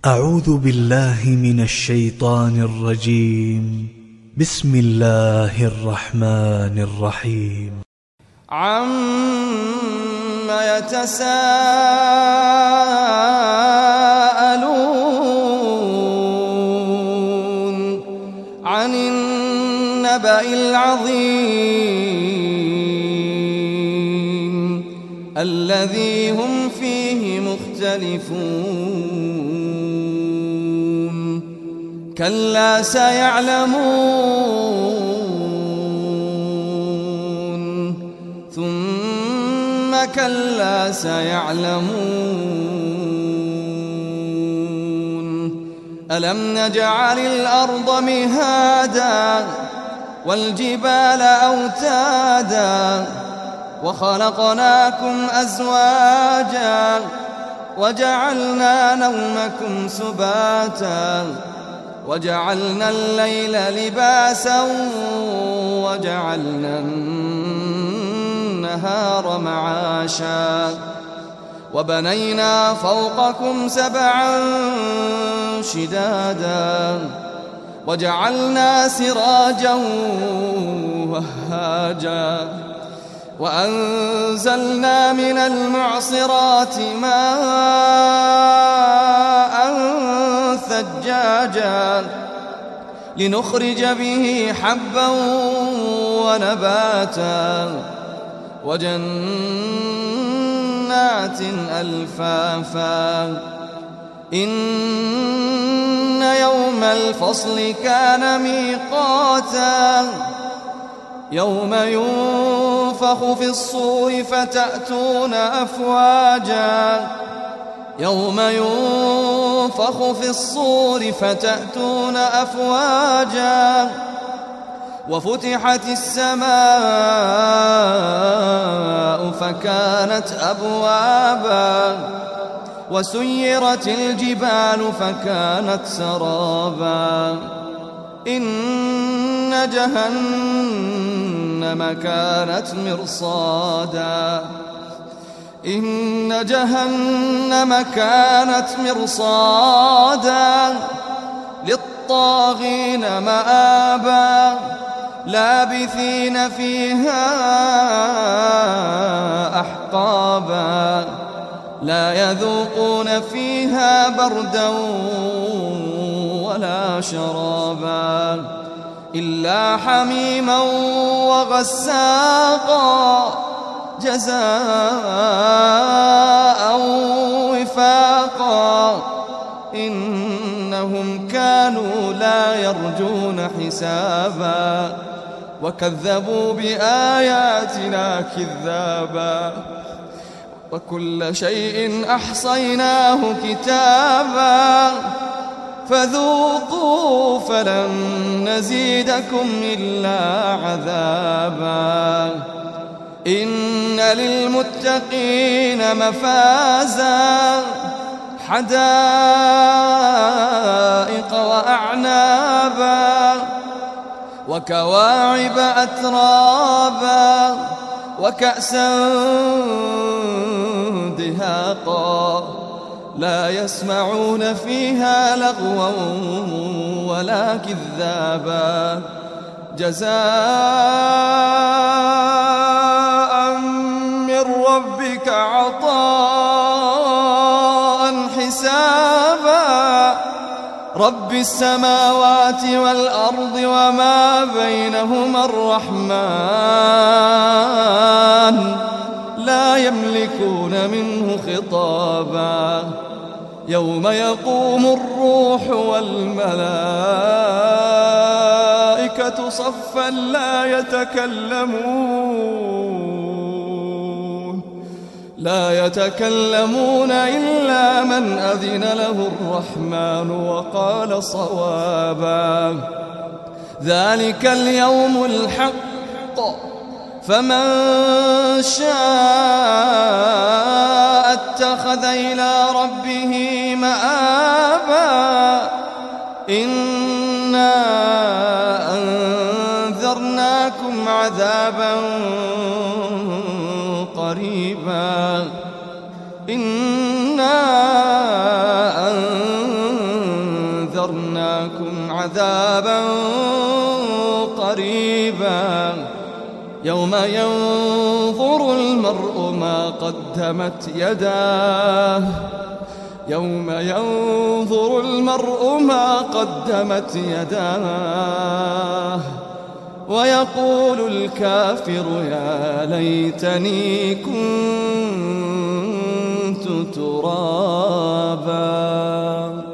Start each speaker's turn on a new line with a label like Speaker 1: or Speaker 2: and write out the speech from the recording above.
Speaker 1: أعوذ بالله من الشيطان الرجيم. بسم الله الرحمن الرحيم.
Speaker 2: عَمَّ يَتَسَاءَلُونَ عَنِ النَّبَإِ الْعَظِيمِ الَّذِي هُمْ فِيهِ مُخْتَلِفُونَ كَلَّا سَيَعْلَمُونَ ثُمَّ كَلَّا سَيَعْلَمُونَ أَلَمْ نَجْعَلِ الْأَرْضَ مِهَادًا وَالْجِبَالَ أَوْتَادًا وَخَلَقْنَاكُمْ أَزْوَاجًا وَجَعَلْنَا نَوْمَكُمْ سُبَاتًا وَجَعَلْنَا اللَّيْلَ لِبَاسًا وَجَعَلْنَا النَّهَارَ مَعَاشًا وَبَنَيْنَا فَوْقَكُمْ سَبْعًا شِدَادًا وَجَعَلْنَا سِرَاجًا وَهَّاجًا وَأَنزَلْنَا مِنَ الْمُعْصِرَاتِ مَاءً ثَجَّاجًا لِنُخْرِجَ بِهِ حَبًّا وَنَبَاتًا وَجَنَّاتٍ أَلْفَافًا إِنَّ يَوْمَ الْفَصْلِ كَانَ مِيقَاتًا يَوْمَ يُنفَخُ فِي الصُّورِ فَتَأْتُونَ أَفْوَاجًا يَوْمَ يُنفَخُ في الصُّورِ فَتَأْتُونَ أَفْوَاجًا وَفُتِحَتِ السَّمَاءُ فَكَانَتْ أَبْوَابًا وَسُيِّرَتِ الْجِبَالُ فَكَانَتْ سَرَابًا إِنَّ جَهَنَّمَ كَانَتْ مِرْصَادًا إِنَّ جَهَنَّمَ كَانَتْ مِرْصَادًا لِلطَّاغِينَ مَآبًا لَابِثِينَ فِيهَا أَحْقَابًا لَا يَذُوقُونَ فِيهَا بَرْدًا وَلَا شَرَابًا إِلَّا حَمِيمًا وَغَسَّاقًا جَزَاءً وِفَاقًا إِنَّهُمْ كَانُوا لا يَرْجُونَ حِسَابًا وَكَذَّبُوا بِآيَاتِنَا كِذَّابًا وَكُلَّ شَيْءٍ أَحْصَيْنَاهُ كِتَابًا فَذُوقُوا فَلَن نَّزِيدَكُمْ إِلَّا عَذَابًا إِنَّ لِلْمُتَّقِينَ مَفَازًا حَدَائِقَ وَأَعْنَابًا وَكَوَاعِبَ أَتْرَابًا وَكَأْسًا دِهَاقًا لا يسمعون فيها لغوا ولا كذابا جزاء من ربك عطاء حسابا رب السماوات والأرض وما بينهما الرحمن لا يملكون منه خطابا يوم يقوم الروح والملائكة صفا لا يتكلمون إلا من أذن له الرحمن وقال صوابا ذلك اليوم الحق فمن شاء اتخذ إلى ربه مآبا إنا أنذرناكم عذابا قريبا إنا وأنذرناكم عذابا قريبا يوم ينظر المرء ما قدمت يداه ويقول الكافر يا ليتني كنت ترابا.